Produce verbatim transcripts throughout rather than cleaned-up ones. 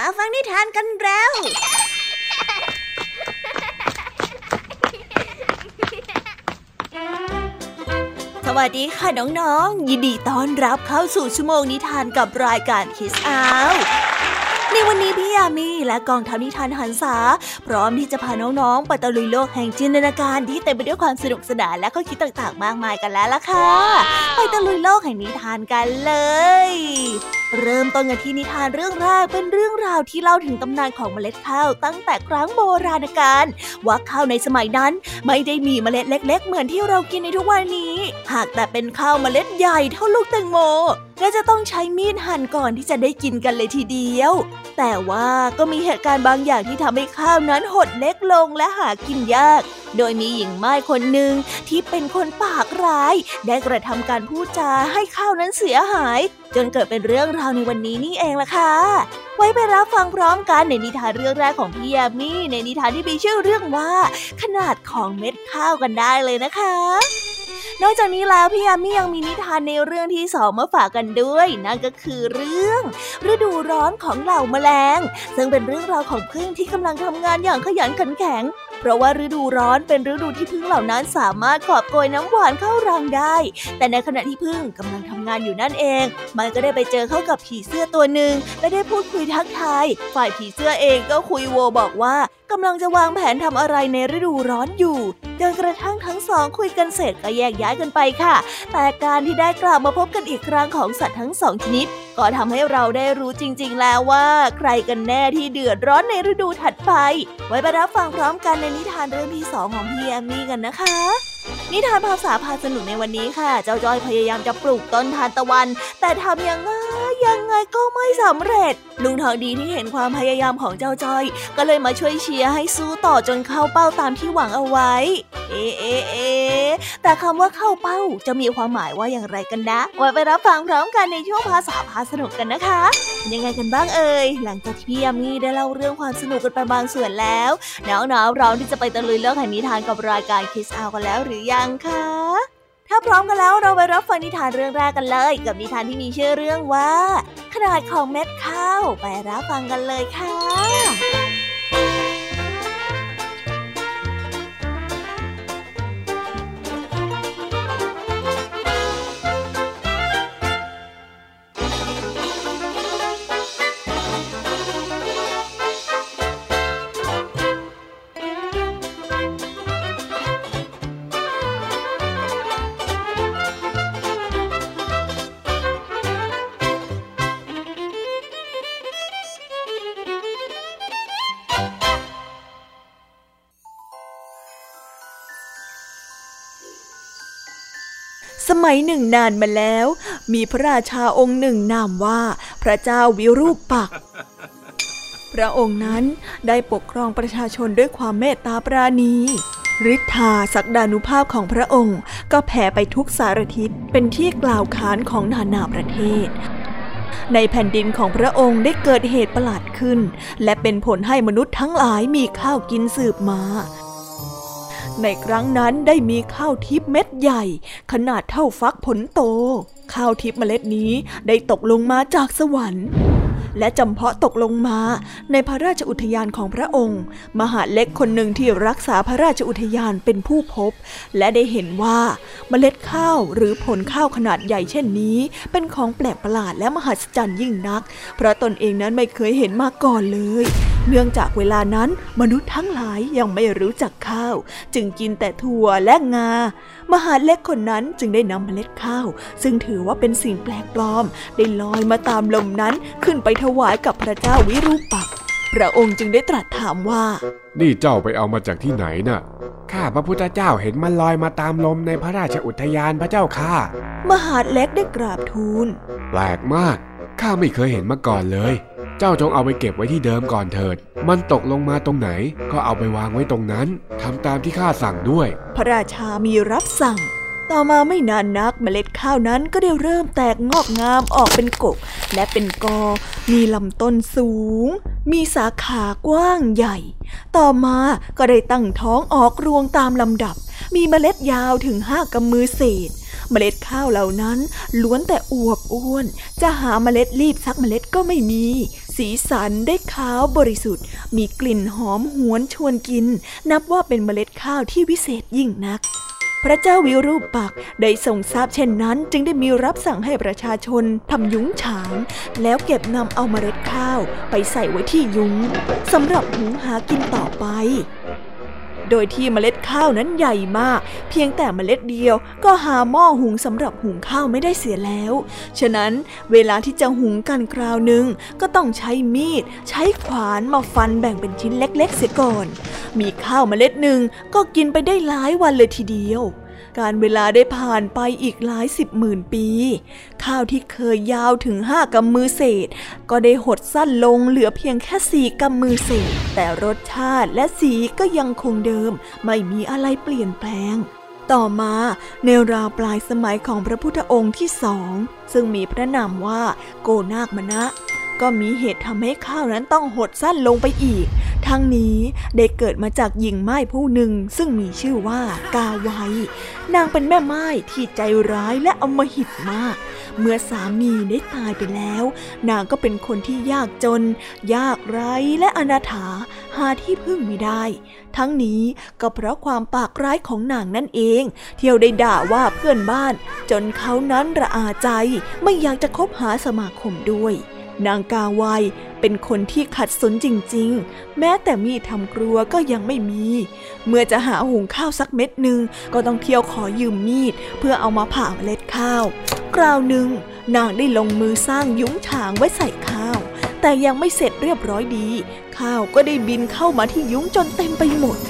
มาฟังนิทานกันแล้วสวัสดีค่ะน้องๆยินดีต้อนรับเข้าสู่ชั่วโมงนิทานกับรายการ Kids Out ในวันนี้พี่ยามีและกองทัพนิทานหันษาพร้อมที่จะพาน้องๆไปตะลุยโลกแห่งจินตนาการที่เต็มไปด้วยความสนุกสนานและข้อคิดต่างๆมากมายกันแล้วล่ะค่ะไปตะลุยโลกแห่งนิทานกันเลยเริ่มต้นกันที่นิทานเรื่องแรกเป็นเรื่องราวที่เล่าถึงตำนานของเมล็ดข้าวตั้งแต่ครั้งโบราณกาลว่าข้าวในสมัยนั้นไม่ได้มีเมล็ดเล็กๆเหมือนที่เรากินในทุกวันนี้หากแต่เป็นข้าวเมล็ดใหญ่เท่าลูกแตงโมและจะต้องใช้มีดหั่นก่อนที่จะได้กินกันเลยทีเดียวแต่ว่าก็มีเหตุการณ์บางอย่างที่ทำให้ข้าวนั้นหดเล็กลงและหากินยากโดยมีหญิงม่ายคนหนึ่งที่เป็นคนปากร้ายได้กระทำการพูดจาให้ข้าวนั้นเสียหายจนเกิดเป็นเรื่องราวในวันนี้นี่เองล่ะค่ะไว้ไปรับฟังพร้อมกันในนิทานเรื่องแรกของพี่ยามีในนิทานที่มีชื่อเรื่องว่าขนาดของเม็ดข้าวกันได้เลยนะคะนอกจากนี้แล้วพี่ยามียังมีนิทานในเรื่องที่สองมาฝากกันด้วยนั่นก็คือเรื่องฤดูร้อนของเหล่าแมลงซึ่งเป็นเรื่องราวของผึ้งที่กำลังทำงานอย่างขยันขันแข็งเพราะว่าฤดูร้อนเป็นฤดูที่ผึ้งเหล่านั้นสามารถกอบโกยน้ำหวานเข้ารังได้แต่ในขณะที่ผึ้งกำลังทำงานอยู่นั่นเองมันก็ได้ไปเจอเข้ากับผีเสื้อตัวหนึ่งและได้พูดคุยทักทายฝ่ายผีเสื้อเองก็คุยโวบอกว่ากำลังจะวางแผนทำอะไรในฤดูร้อนอยู่จนกระทั่งทั้งสองคุยกันเสร็จก็แยกย้ายกันไปค่ะแต่การที่ได้กลับมาพบกันอีกครั้งของสัตว์ทั้งสองชนิดก็ทำให้เราได้รู้จริงๆแล้วว่าใครกันแน่ที่เดือดร้อนในฤดูถัดไปไว้ไปรับฟังพร้อมกันในนิทานเรื่องที่สองของพี่แอมมี่กันนะคะนิทานภาษาพาสนุกในวันนี้ค่ะเจ้าจ้อยพยายามจะปลูกต้นทานตะวันแต่ทำยังไงยังไงก็ไม่สำเร็จลุงทองดีที่เห็นความพยายามของเจ้าจ้อยก็เลยมาช่วยเชียร์ให้สู้ต่อจนเข้าเป้าตามที่หวังเอาไว้เอ๊ะเอ๊ะเอ๊ะแต่คำว่าเข้าเป้าจะมีความหมายว่าอย่างไรกันนะไว้ไปรับฟังพร้อมกันในช่วงภาษาพาสนุกกันนะคะยังไงกันบ้างเอ่ยหลังจากที่พี่ยามีได้เล่าเรื่องความสนุกกันไปบางส่วนแล้วน้องๆเราที่จะไปตะลุยโลกแห่งนิทานกับรายการ Kids Out กันแล้วหรือยังคะถ้าพร้อมกันแล้วเราไปรับฟังนิทานเรื่องแรกกันเลยกับนิทานที่มีชื่อเรื่องว่าขนาดของเม็ดข้าวไปรับฟังกันเลยค่ะสมัยหนึ่งนานมาแล้วมีพระราชาองค์หนึ่งนามว่าพระเจ้าวิรูปักษ์พระองค์นั้นได้ปกครองประชาชนด้วยความเมตตาปราณีฤทธาศักดานุภาพของพระองค์ก็แผ่ไปทุกสารทิศเป็นที่กล่าวขานของนานาประเทศในแผ่นดินของพระองค์ได้เกิดเหตุประหลาดขึ้นและเป็นผลให้มนุษย์ทั้งหลายมีข้าวกินสืบมาในครั้งนั้นได้มีข้าวทิพย์เม็ดใหญ่ขนาดเท่าฟักผลโตข้าวทิพย์เมล็ดนี้ได้ตกลงมาจากสวรรค์และจำเพาะตกลงมาในพระราชอุทยานของพระองค์มหาดเล็กคนหนึ่งที่รักษาพระราชอุทยานเป็นผู้พบและได้เห็นว่าเมล็ดข้าวหรือผลข้าวขนาดใหญ่เช่นนี้เป็นของแปลกประหลาดและมหัศจรรย์ยิ่งนักเพราะตนเองนั้นไม่เคยเห็นมาก่อนเลยเนื่องจากเวลานั้นมนุษย์ทั้งหลายยังไม่รู้จักข้าวจึงกินแต่ถั่วและงามหาดเล็กคนนั้นจึงได้นำเมล็ดข้าวซึ่งถือว่าเป็นสิ่งแปลกปลอมได้ลอยมาตามลมนั้นขึ้นไปถวายกับพระเจ้าวิรูปักษ์พระองค์จึงได้ตรัสถามว่านี่เจ้าไปเอามาจากที่ไหนน่ะข้าพระพุทธเจ้าเห็นมันลอยมาตามลมในพระราชอุทยานพระเจ้าค่ะมหาดเล็กได้กราบทูลแปลกมากข้าไม่เคยเห็นมาก่อนเลยเจ้าจงเอาไปเก็บไว้ที่เดิมก่อนเถิดมันตกลงมาตรงไหนก็เอาไปวางไว้ตรงนั้นทำตามที่ข้าสั่งด้วยพระราชามีรับสั่งต่อมาไม่นานนักเมล็ดข้าวนั้นก็ได้เริ่มแตกงอกงามออกเป็นกกและเป็นกอมีลำต้นสูงมีสาขากว้างใหญ่ต่อมาก็ได้ตั้งท้องออกรวงตามลำดับมีเมล็ดยาวถึงห้ากำมือเศษเมล็ดข้าวเหล่านั้นล้วนแต่อวบอ้วนจะหาเมล็ดรีบสักเมล็ดก็ไม่มีสีสันได้ขาวบริสุทธิ์มีกลิ่นหอมหวนชวนกินนับว่าเป็นเมล็ดข้าวที่วิเศษยิ่งนักพระเจ้าวิรูปักษ์ได้ทรงทราบเช่นนั้นจึงได้มีรับสั่งให้ประชาชนทำยุ้งฉางแล้วเก็บนำเอาเมล็ดข้าวไปใส่ไว้ที่ยุ้งสำหรับหุงหากินต่อไปโดยที่เมล็ดข้าวนั้นใหญ่มากเพียงแต่เมล็ดเดียวก็หาหม้อหุงสำหรับหุงข้าวไม่ได้เสียแล้วฉะนั้นเวลาที่จะหุงกันคราวหนึ่งก็ต้องใช้มีดใช้ขวานมาฟันแบ่งเป็นชิ้นเล็กๆเสียก่อนมีข้าวเมล็ดหนึ่งก็กินไปได้หลายวันเลยทีเดียวการเวลาได้ผ่านไปอีกหลายสิบหมื่นปีข้าวที่เคยยาวถึงห้ากำมือเศษก็ได้หดสั้นลงเหลือเพียงแค่สี่กำมือเศษแต่รสชาติและสีก็ยังคงเดิมไม่มีอะไรเปลี่ยนแปลงต่อมาในราวปลายสมัยของพระพุทธองค์ที่สองซึ่งมีพระนามว่าโกนากมนะก็มีเหตุทำให้ข้าวนั้นต้องหดสั้นลงไปอีกทั้งนี้ได้เกิดมาจากหญิงม่ายผู้หนึ่งซึ่งมีชื่อว่ากาไวยนางเป็นแม่ม่ายที่ใจร้ายและอำมหิตมากเมื่อสามีได้ตายไปแล้วนางก็เป็นคนที่ยากจนยากไร้และอนาถาหาที่พึ่งไม่ได้ทั้งนี้ก็เพราะความปากร้ายของนางนั่นเองเที่ยวได้ด่าว่าเพื่อนบ้านจนเขานั้นระอาใจไม่อยากจะคบหาสมาคมด้วยนางกาไวเป็นคนที่ขัดสนจริงๆแม้แต่มีดทำครัวก็ยังไม่มีเมื่อจะหาหุงข้าวสักเม็ดหนึ่งก็ต้องเที่ยวขอยืมมีดเพื่อเอามาผ่าเมล็ดข้าวคราวหนึ่งนางได้ลงมือสร้างยุ้งฉางไว้ใส่ข้าวแต่ยังไม่เสร็จเรียบร้อยดีข้าวก็ได้บินเข้ามาที่ยุ้งจนเต็มไปหมด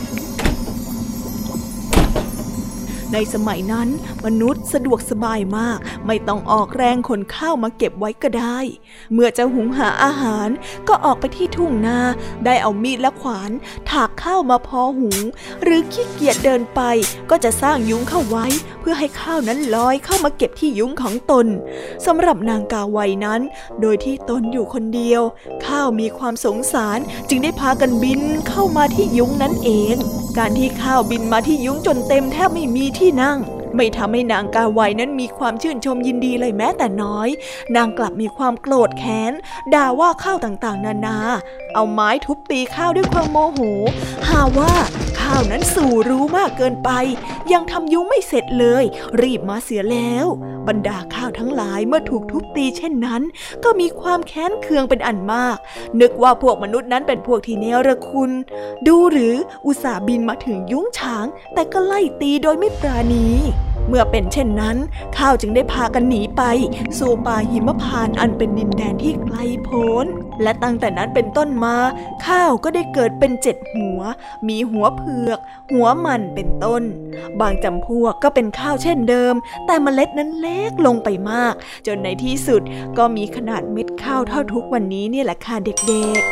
ในสมัยนั้นมนุษย์สะดวกสบายมากไม่ต้องออกแรงขนข้าวมาเก็บไว้ก็ได้เมื่อจะหุงหาอาหารก็ออกไปที่ทุ่งนาได้เอามีดและขวานถากข้าวมาพอหุงหรือขี้เกียจเดินไปก็จะสร้างยุ้งเข้าไว้เพื่อให้ข้าวนั้นลอยเข้ามาเก็บที่ยุ้งของตนสำหรับนางกาไวนั้นโดยที่ตนอยู่คนเดียวข้าวมีความสงสารจึงได้พากันบินเข้ามาที่ยุ้งนั้นเองการที่ข้าวบินมาที่ยุ้งจนเต็มแทบไม่มีที่นั่งไม่ทำให้นางกาไวนั้นมีความชื่นชมยินดีเลยแม้แต่น้อยนางกลับมีความโกรธแค้นด่าว่าข้าวต่างๆนานาเอาไม้ทุบตีข้าวด้วยความโมโหหาว่าข้าวนั้นสู่รู้มากเกินไปยังทำยุ้งไม่เสร็จเลยรีบมาเสียแล้วบรรดาข้าวทั้งหลายเมื่อถูกทุบตีเช่นนั้นก็มีความแค้นเคืองเป็นอันมากนึกว่าพวกมนุษย์นั้นเป็นพวกที่เนรคุณดูหรืออุตส่าห์บินมาถึงยุ้งฉางแต่ก็ไล่ตีโดยไม่ปราณีเมื่อเป็นเช่นนั้นข้าวจึงได้พากันหนีไปสู่ป่าหิมพานต์อันเป็นดินแดนที่ไกลโพ้นและตั้งแต่นั้นเป็นต้นมาข้าวก็ได้เกิดเป็นเจ็ดหัวมีหัวเผือกหัวมันเป็นต้นบางจำพวกก็เป็นข้าวเช่นเดิมแต่เมล็ดนั้นเล็กลงไปมากจนในที่สุดก็มีขนาดเม็ดข้าวเท่าทุกวันนี้เนี่ยแหละค่ะเด็กๆ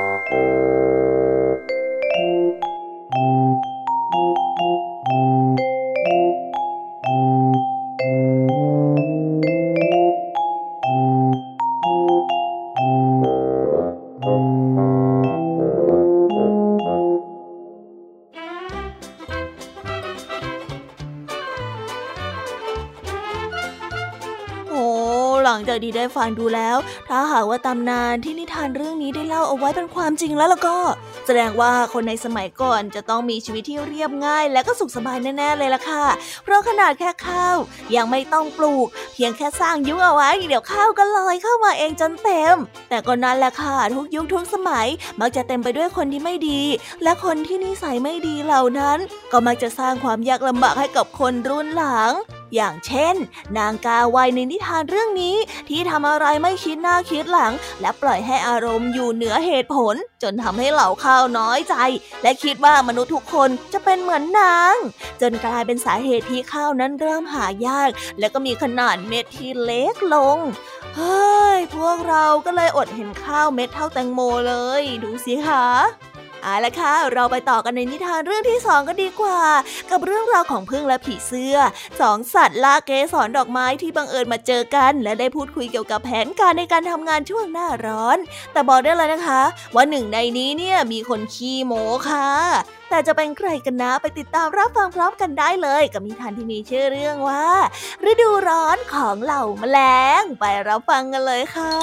หลังจากที่ได้ฟังดูแล้วถ้าหากว่าตำนานที่นิทานเรื่องนี้ได้เล่าเอาไว้เป็นความจริงแล้วล่ะก็แสดงว่าคนในสมัยก่อนจะต้องมีชีวิตที่เรียบง่ายและก็สุขสบายแน่ๆเลยล่ะค่ะเพราะขนาดแค่ข้าวยังไม่ต้องปลูกเพียงแค่สร้างยุ้งเอาไว้เดี๋ยวข้าวก็ลอยเข้ามาเองจนเต็มแต่ก็นั่นแหละค่ะทุกยุคทุกสมัยมักจะเต็มไปด้วยคนที่ไม่ดีและคนที่นิสัยไม่ดีเหล่านั้นก็มักจะสร้างความยากลำบากให้กับคนรุ่นหลังอย่างเช่นนางกาไวในนิทานเรื่องนี้ที่ทำอะไรไม่คิดหน้าคิดหลังและปล่อยให้อารมณ์อยู่เหนือเหตุผลจนทำให้เหล่าข้าวน้อยใจและคิดว่ามนุษย์ทุกคนจะเป็นเหมือนนางจนกลายเป็นสาเหตุที่ข้าวนั้นเริ่มหายากและก็มีขนาดเม็ดที่เล็กลงเฮ้ยพวกเราก็เลยอดเห็นข้าวเม็ดเท่าแตงโมเลยดูสิคะเอาละค่ะเราไปต่อกันในนิทานเรื่องที่สองกันดีกว่ากับเรื่องราวของผึ้งและผีเสื้อสองสัตว์ล่าเกสรดอกไม้ที่บังเอิญมาเจอกันและได้พูดคุยเกี่ยวกับแผนการในการทำงานช่วงหน้าร้อนแต่บอกได้เลยนะคะว่าหนึ่งในนี้เนี่ยมีคนขี้โม้ค่ะแต่จะเป็นใครกันนะไปติดตามรับฟังพร้อมกันได้เลยกับนิทานที่มีชื่อเรื่องว่าฤดูร้อนของเหล่าแมลงไปรับฟังกันเลยค่ะ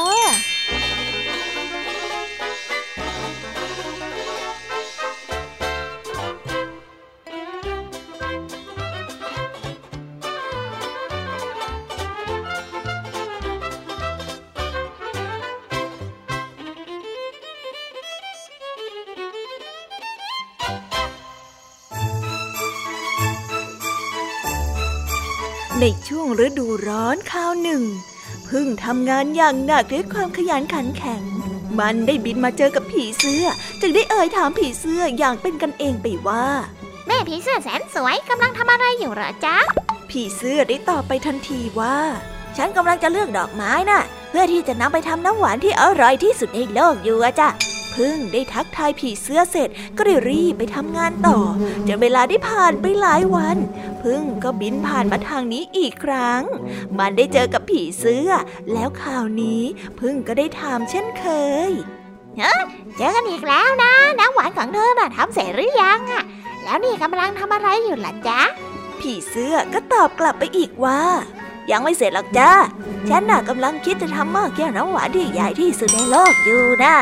ในช่วงฤดูร้อนคราวหนึ่งผึ้งทำงานอย่างหนักด้วยความขยันขันแข็งมันได้บินมาเจอกับผีเสื้อจึงได้เอ่ยถามผีเสื้ออย่างเป็นกันเองไปว่าแม่ผีเสื้อแสนสวยกำลังทำอะไรอยู่เหรอจ๊ะผีเสื้อได้ตอบไปทันทีว่าฉันกำลังจะเลือกดอกไม้น่ะเพื่อที่จะนำไปทำน้ำหวานที่อร่อยที่สุดในโลกอยู่อะจ้ะผึ้งได้ทักทายผีเสื้อเสร็จก็ได้รีบไปทำงานต่อจนเวลาได้ผ่านไปหลายวันผึ้งก็บินผ่านมาทางนี้อีกครั้งมันได้เจอกับผีเสื้อแล้วคราวนี้ผึ้งก็ได้ถามเช่นเคยเฮ้เจอกันอีกแล้วนะน้ำหวานของเธอน่ะทำเสร็จหรือยังอะแล้วนี่กำลังทำอะไรอยู่ล่ะจ๊ะผีเสื้อก็ตอบกลับไปอีกว่ายังไม่เสร็จหรอกจ้าฉันน่ะกำลังคิดจะทำหม้อแก้วน้ำหวานที่ใหญ่ที่สุดในโลกอยู่นะ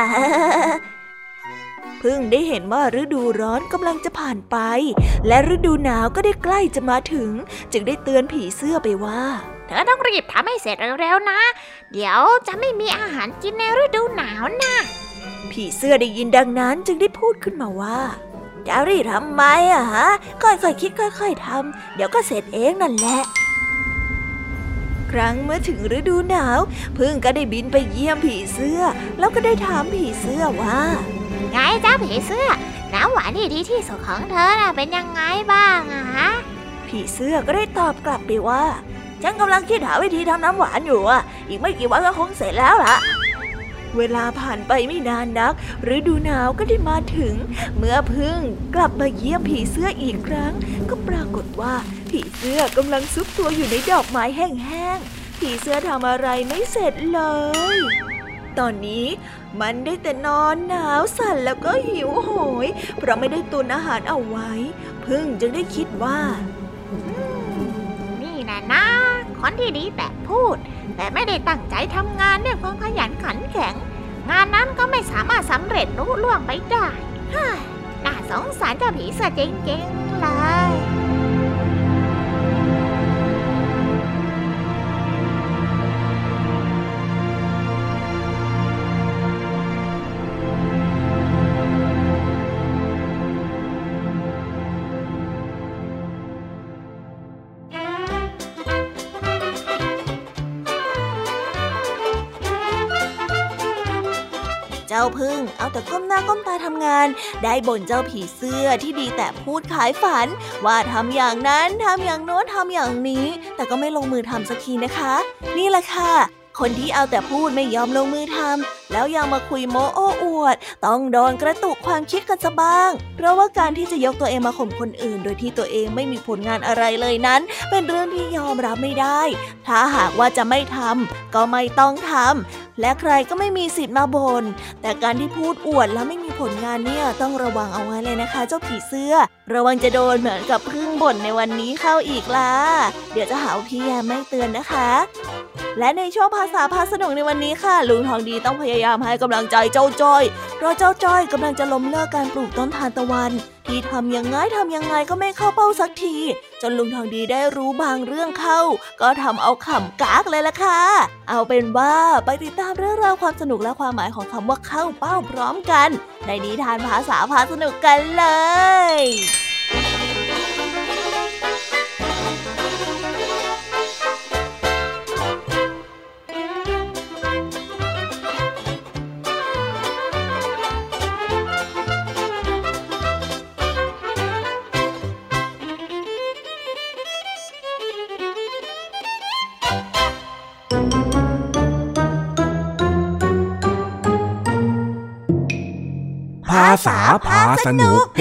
ผึ้งได้เห็นว่าฤดูร้อนกำลังจะผ่านไปและฤดูหนาวก็ได้ใกล้จะมาถึงจึงได้เตือนผีเสื้อไปว่าเธอต้องรีบทำให้เสร็จเร็วๆนะเดี๋ยวจะไม่มีอาหารกินในฤดูหนาวนะผีเสื้อได้ยินดังนั้นจึงได้พูดขึ้นมาว่าจะรีบทำไมอะฮะค่อยๆคิดค่อยๆทำเดี๋ยวก็เสร็จเองนั่นแหละครั้งเมื่อถึงฤดูหนาวผึ้งก็ได้บินไปเยี่ยมผีเสื้อแล้วก็ได้ถามผีเสื้อว่าไงจ้าผีเสื้อน้ำหวานที่ดีที่สุดของเธอน่ะเป็นยังไงบ้างอะฮะผีเสื้อก็ได้ตอบกลับไปว่าฉันกำลังคิดหาวิธีทำน้ำหวานอยู่อะอีกไม่กี่วันก็คงเสร็จแล้วล่ะเวลาผ่านไปไม่นานนักฤดูหนาวก็ได้มาถึงเมื่อผึ้งกลับมาเยี่ยมผีเสื้ออีกครั้งก็ปรากฏว่าผีเสื้อกำลังซุกตัวอยู่ในดอกไม้แห้งๆผีเสื้อทำอะไรไม่เสร็จเลยตอนนี้มันได้แต่นอนหนาวสั่นแล้วก็หิวโหยเพราะไม่ได้ตุนอาหารเอาไว้ผึ้งจึงได้คิดว่านี่นะนะคนที่ดีแต่พูดแต่ไม่ได้ตั้งใจทำงานด้วยความขยันขันแข็งงานนั้นก็ไม่สามารถสำเร็จรุ่ล่วงไปได้น่าสงสารเจ้าผีเสื้อจริงๆเลยเจ้าผึ้งเอาแต่ก้มหน้าก้มตาทำงานได้บ่นเจ้าผีเสื้อที่ดีแต่พูดขายฝันว่าทำอย่างนั้นทำอย่างโน้นทำอย่างนี้แต่ก็ไม่ลงมือทำสักทีนะคะนี่แหละค่ะคนที่เอาแต่พูดไม่ยอมลงมือทำแล้วยังมาคุยโม้โอ้อวดต้องโดนกระตุกความคิดกันซะบ้างเพราะว่าการที่จะยกตัวเองมาข่มคนอื่นโดยที่ตัวเองไม่มีผลงานอะไรเลยนั้นเป็นเรื่องที่ยอมรับไม่ได้ถ้าหากว่าจะไม่ทำก็ไม่ต้องทำและใครก็ไม่มีสิทธิ์มาบ่นแต่การที่พูดอวดแล้วไม่มีผลงานเนี่ยต้องระวังเอาไว้เลยนะคะเจ้าผีเสื้อระวังจะโดนเหมือนกับผึ้งบ่นในวันนี้เข้าอีกล่ะเดี๋ยวจะหาว่าพี่แยมไม่เตือนนะคะและในช่วงภาษาพาสนุกในวันนี้ค่ะลุงทองดีต้องพยายามให้กำลังใจเจ้าจ้อยเพราะเจ้าจ้อยกำลังจะล้มเลิกการปลูกต้นทานตะวันที่ทำยังไงทำยังไงก็ไม่เข้าเป้าสักทีจนลุงทองดีได้รู้บางเรื่องเข้าก็ทำเอาขำกากเลยล่ะค่ะเอาเป็นว่าไปติดตามเรื่องราวความสนุกและความหมายของคำว่าเข้าเป้าพร้อมกันในนิทานภาษาพาสนุกกันเลยภาษาพาสนุก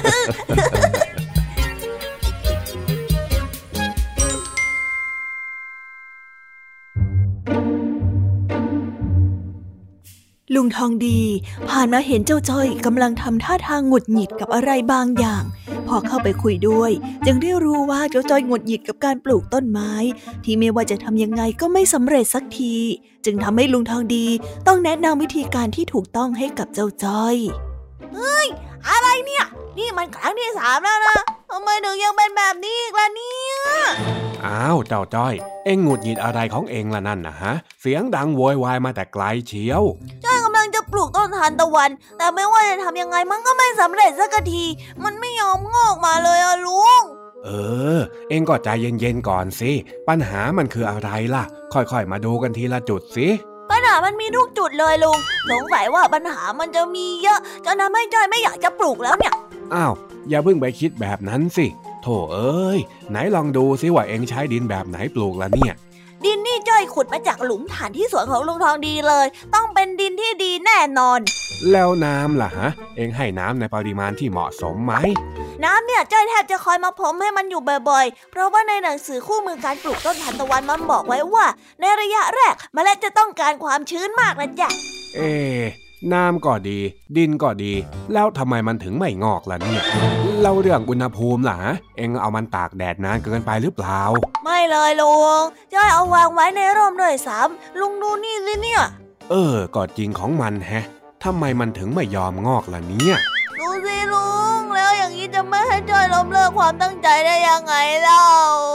ลุงทองดีผ่านมาเห็นเจ้าจ้อยกำลังทำท่าทางหงุดหงิดกับอะไรบางอย่างพอเข้าไปคุยด้วยจึงได้รู้ว่าเจ้าจ้อยหงุดหงิดกับการปลูกต้นไม้ที่ไม่ว่าจะทำยังไงก็ไม่สำเร็จสักทีจึงทำให้ลุงทองดีต้องแนะนำวิธีการที่ถูกต้องให้กับเจ้าจ้อยเฮ้ยอะไรเนี่ยนี่มันครั้งที่สามแล้วนะทำไมถึงยังเป็นแบบนี้อีกล่ะเนี่ยอ้าวเจ้าจ้อยเอ็งหงุดหงิดอะไรของเอ็งล่ะนั่นนะฮะเสียงดังโวยวายมาแต่ไกลเชียวจ้อยกำลังจะปลูกต้นทานตะวันแต่ไม่ว่าจะทำยังไงมันก็ไม่สำเร็จสักทีมันไม่ยอมงอกมาเลยอะลุงเออเอ็งก็ใจเย็นๆก่อนสิปัญหามันคืออะไรล่ะค่อยๆมาดูกันทีละจุดสิปัญหามันมีทุกจุดเลยลุงสงสัยว่าปัญหามันจะมีเยอะจนทำให้จ้อยไม่อยากจะปลูกแล้วเนี่ยอ้าวอย่าเพิ่งไปคิดแบบนั้นสิโธ่เอ้ยไหนลองดูสิว่าเอ็งใช้ดินแบบไหนปลูกล่ะเนี่ยดินนี่จ้อยขุดมาจากหลุมฐานที่สวนของลุงทองดีเลยต้องเป็นดินที่ดีแน่นอนแล้วน้ำล่ะฮะเอ็งให้น้ำในปริมาณที่เหมาะสมไหมน้ำเนี่ยจ้อยแทบจะคอยมาพรมให้มันอยู่บ่อยๆเพราะว่าในหนังสือคู่มือการปลูกต้นทานตะวันมันบอกไว้ว่าในระยะแรกเมล็ดจะต้องการความชื้นมากนะจ๊ะเอ๊น้ำก็ดีดินก็ดีแล้วทำไมมันถึงไม่งอกล่ะเนี่ยเล่าเรื่องอุณหภูมิล่ะเอ็งเอามันตากแดดนานเกินไปหรือเปล่าไม่เลยลุงจ้อยเอาวางไว้ในร่มด้วยซ้ำลุงดูนี่สิเนี่ยเออก็จริงของมันแฮะทำไมมันถึงไม่ยอมงอกล่ะเนี่ยดูสิลุงแล้วอย่างนี้จะไม่ให้จ้อยล้มเลิกความตั้งใจได้ยังไงเล่า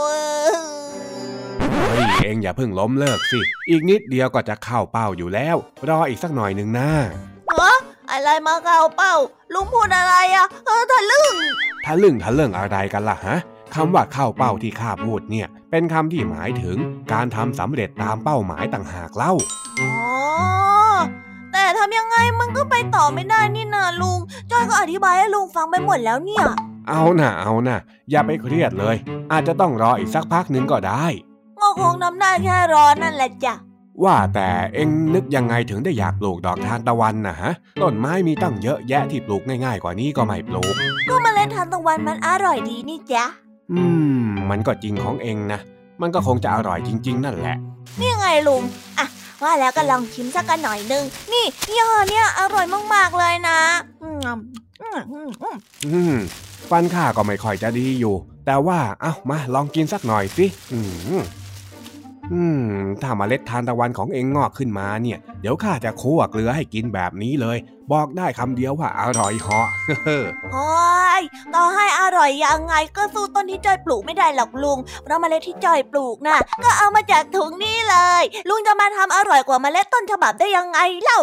เฮ้ยเอ็งอย่าเพิ่งล้มเลิกสิอีกนิดเดียวก็จะเข้าเป้าอยู่แล้วรออีกสักหน่อยนึงนะฮะอะไรมาเข้าเป้าลุงพูดอะไรอ่ะเออทะลึ่งทะลึ่งทะเลื่องอะไรกันล่ะฮะคำว่าเข้าเป้าที่ข้าพูดเนี่ยเป็นคำที่หมายถึงการทำสำเร็จตามเป้าหมายต่างหากเล่าอ๋อแต่ทำยังไงมันก็ไปต่อไม่ได้นี่นาลุงจ้อยก็อธิบายให้ลุงฟังไปหมดแล้วเนี่ยเอาน่ะเอาน่ะอย่าไปเครียดเลยอาจจะต้องรออีกสักพักนึงก็ได้ก็คงทำได้แค่รอนั่นแหละจ้ะว่าแต่เอ็งนึกยังไงถึงได้อยากปลูกดอกทานตะวันนะฮะต้นไม้มีตั้งเยอะแยะที่ปลูกง่ายๆกว่านี้ก็ไม่ปลูกก็เมล็ดทานตะวันมันอร่อยดีนี่จ๊ะอืมมันก็จริงของเอ็งนะมันก็คงจะอร่อยจริงๆนั่นแหละนี่ไงลุงอ่ะว่าแล้วก็ลองชิมสักหน่อยนึงนี่ยี่ห้อเนี้ยอร่อยมากๆเลยนะอืมอืมอืมฟันข้าก็ไม่ค่อยจะดีอยู่แต่ว่าเอ้ามาลองกินสักหน่อยสิอืมอืมถ้าเมล็ดทานตะวันของเอ็งงอกขึ้นมาเนี่ยเดี๋ยวข้าจะคั่วเกลือให้กินแบบนี้เลยบอกได้คำเดียวว่าอร่อยเหาะโอ้ยต่อให้อร่อยยังไงก็สู้ต้นที่จ้อยปลูกไม่ได้หรอกลุงเพราะเมล็ดที่จ้อยปลูกน่ะก็เอามาจากถุงนี้เลยลุงจะมาทำอร่อยกว่าเมล็ดต้นฉบับได้ยังไงเล่า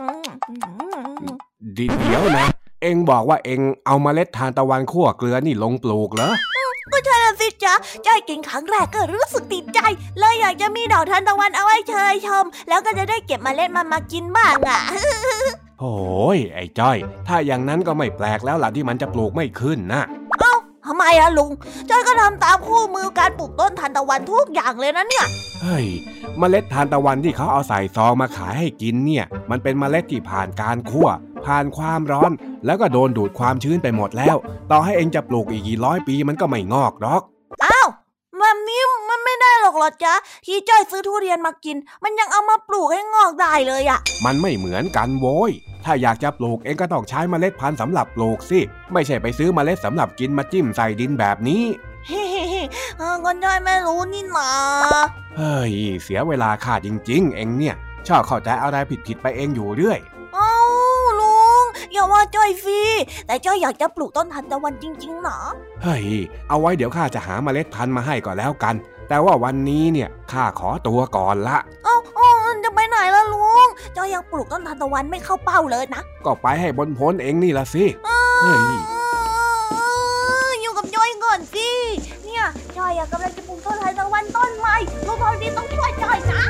เดี๋ยวนะเอ็งบอกว่าเอ็งเอาเมล็ดทานตะวันคั่วเกลือนี่ลงปลูกเหรอก็ใช่ละสิจ๊ะจ้อยกินครั้งแรกก็รู้สึกติดใจเลยอยากจะมีดอกทานตะวันเอาไว้เชยชมแล้วก็จะได้เก็บเมล็ดมันมากินบ้างอ่ะโอ้ยไอ้จ้อยถ้าอย่างนั้นก็ไม่แปลกแล้วล่ะที่มันจะปลูกไม่ขึ้นนะเอ้าทำไมอะลุงจ้อยก็ทำตามคู่มือการปลูกต้นทานตะวันทุกอย่างเลยนะเนี่ยเฮ้ยเมล็ดทานตะวันที่เขาเอาใส่ซองมาขายให้กินเนี่ยมันเป็นเมล็ดที่ผ่านการคั่วผ่านความร้อนแล้วก็โดนดูดความชื้นไปหมดแล้วต่อให้เองจะปลูกอีกกี่ร้อยปีมันก็ไม่งอกหรอกอ้าวแบบนี้มันไม่ได้หรอกหรอจ๊ะที่จ้อยซื้อทุเรียนมากินมันยังเอามาปลูกให้งอกได้เลยอะมันไม่เหมือนกันโว้ยถ้าอยากจะปลูกเองก็ต้องใช้เมล็ดพันธุ์สำหรับปลูกสิไม่ใช่ไปซื้อเมล็ดสำหรับกินมาจิ้มใส่ดินแบบนี้เฮ้ๆคนจ้อยไม่รู้นี่นาเฮ้ยเสียเวลาข้าจริงๆเองเนี่ยชอบเข้าใจอะไรผิดๆไปเองอยู่เรื่อยเอ้าลุงอย่าว่าจ้อยฟรีแต่จ้อยอยากจะปลูกต้นทานตะวันจริงๆหรอเฮ้ยเอาไว้เดี๋ยวข้าจะหาเมล็ดพันธุ์มาให้ก่อนแล้วกันแต่ว่าวันนี้เนี่ยข้าขอตัวก่อนละเอ้าอ๋อจะไปไหนล่ะลุงจ้อยยังปลูกต้นทานตะวันไม่เข้าเป้าเลยนะก็ไปให้บนพ้นเองนี่ละสิเฮ้ยอยู่กับจ้อยก่อนสิเนี่ยจ้อยกำลังจะปลูกต้นทานตะวันต้นใหม่ลุงทองดีต้องช่วยจ้อยนะ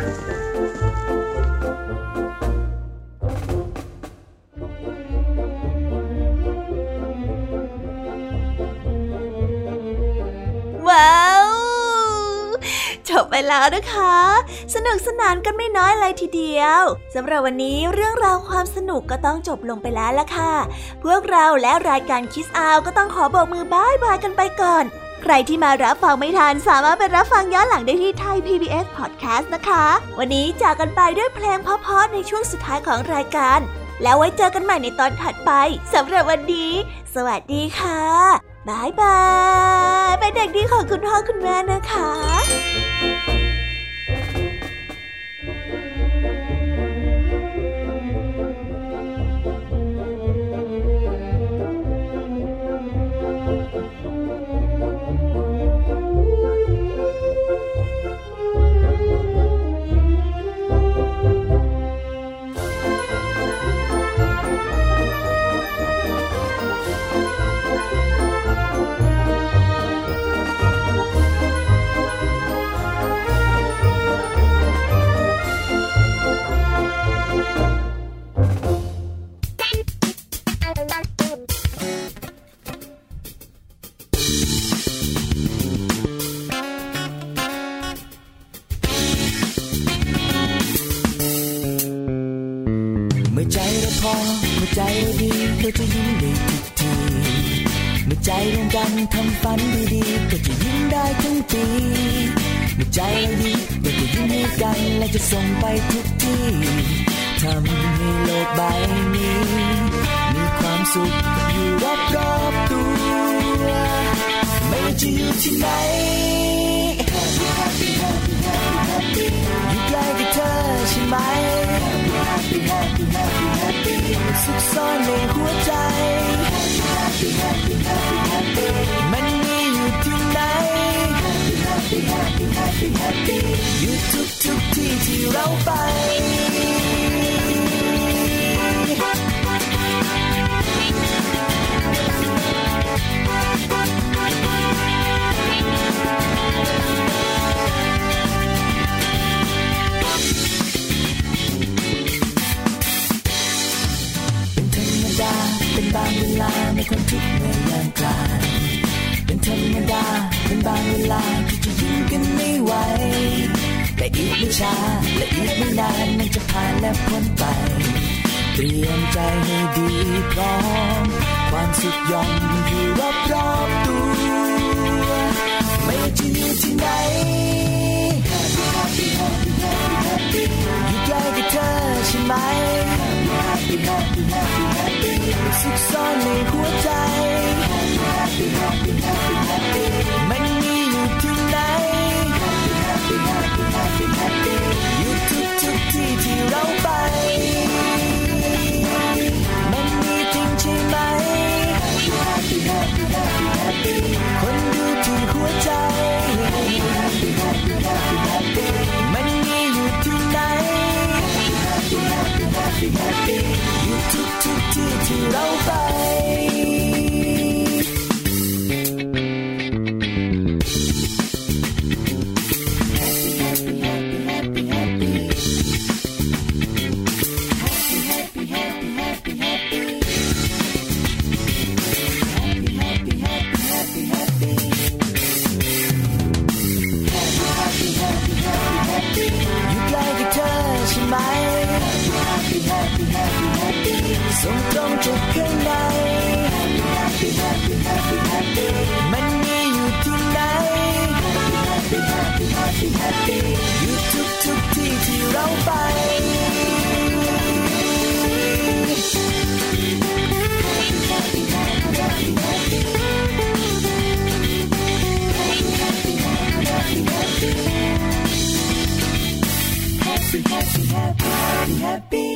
ว้าวจบไปไปแล้วนะคะสนุกสนานกันไม่น้อยเลยทีเดียวสำหรับวันนี้เรื่องราวความสนุกก็ต้องจบลงไปแล้วล่ะค่ะพวกเราและรายการ Kids Out ก็ต้องขอบอกมือบ๊ายบายกันไปก่อนใครที่มารับฟังไม่ทันสามารถไปรับฟังย้อนหลังได้ที่ Thai พี บี เอส Podcast นะคะวันนี้จากกันไปด้วยเพลงเพราะๆในช่วงสุดท้ายของรายการแล้วไว้เจอกันใหม่ในตอนถัดไปสำหรับวันนี้สวัสดีค่ะบายบายเป็นเด็กดีของคุณพ่อคุณแม่นะคะใจดีก็จะยิ้มได้ทุกทีเมื่อใจร่วมกันทำฝันดีๆก็จะยิ้มได้ทั้งปีเมื่อใจดีก็จะยิ้มให้กันและจะส่งไปทุกที่ทำให้โลกใบนี้มีความสุขอยู่รอบๆตัวไม่ว่าจะอยู่ที่ไหน Happy Happy Happy Happy Happy อยู่ใกล้กับเธอใช่ไหม Happy Happy Happy Happy Happy สุขซ่อนในหัวใจ Happy Happy Happy Happy มันมีอยู่ที่ไหน Happy Happy Happy Happy อยู่ทุกทุกที่ที่เราไปเป็นบางเวลาไม่ควรทุกข์เมื่อยามกลางเป็นธรรมดาเป็นบางเวลาที่จะยิ้มกันไม่ไหวแต่อีกไม่ช้าและอีกไม่นานมันจะผ่านและพ้นไปเตรียมใจให้ดีพร้อมความสุขย่อมอยู่รอบๆตัวไม่ว่าจะอยู่ที่ไหน Happy Happy Happy Happy อยู่ใกล้กับเธอใช่ไหม Happy Happy Happy Happy สุขซ่อนในหัวใจ Happy Happy Happy Happy มันมีอยู่ที่ไหน Happy Happy Happy Happy อยู่ทุกทุกที่ที่เราไปมันมีจริงใช่ไหม Happy Happy Happy Happy คนดูที่หัวใจ Happy Happy Happy Happy มันมีอยู่ที่ไหน Happy Happy Happy Happy อยู่ทุกทุกที่ที่เราไปส่งตรงจากข้างใน Happy Happy Happy Happy มันมีอยู่ที่ไหน Happy Happy Happy Happy อยู่ทุกทุกที่ที่เราไปHappy Happy Happy Happy Happy Happy Happy Happy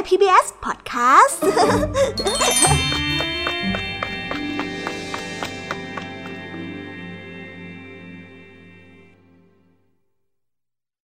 พี บี เอส Podcast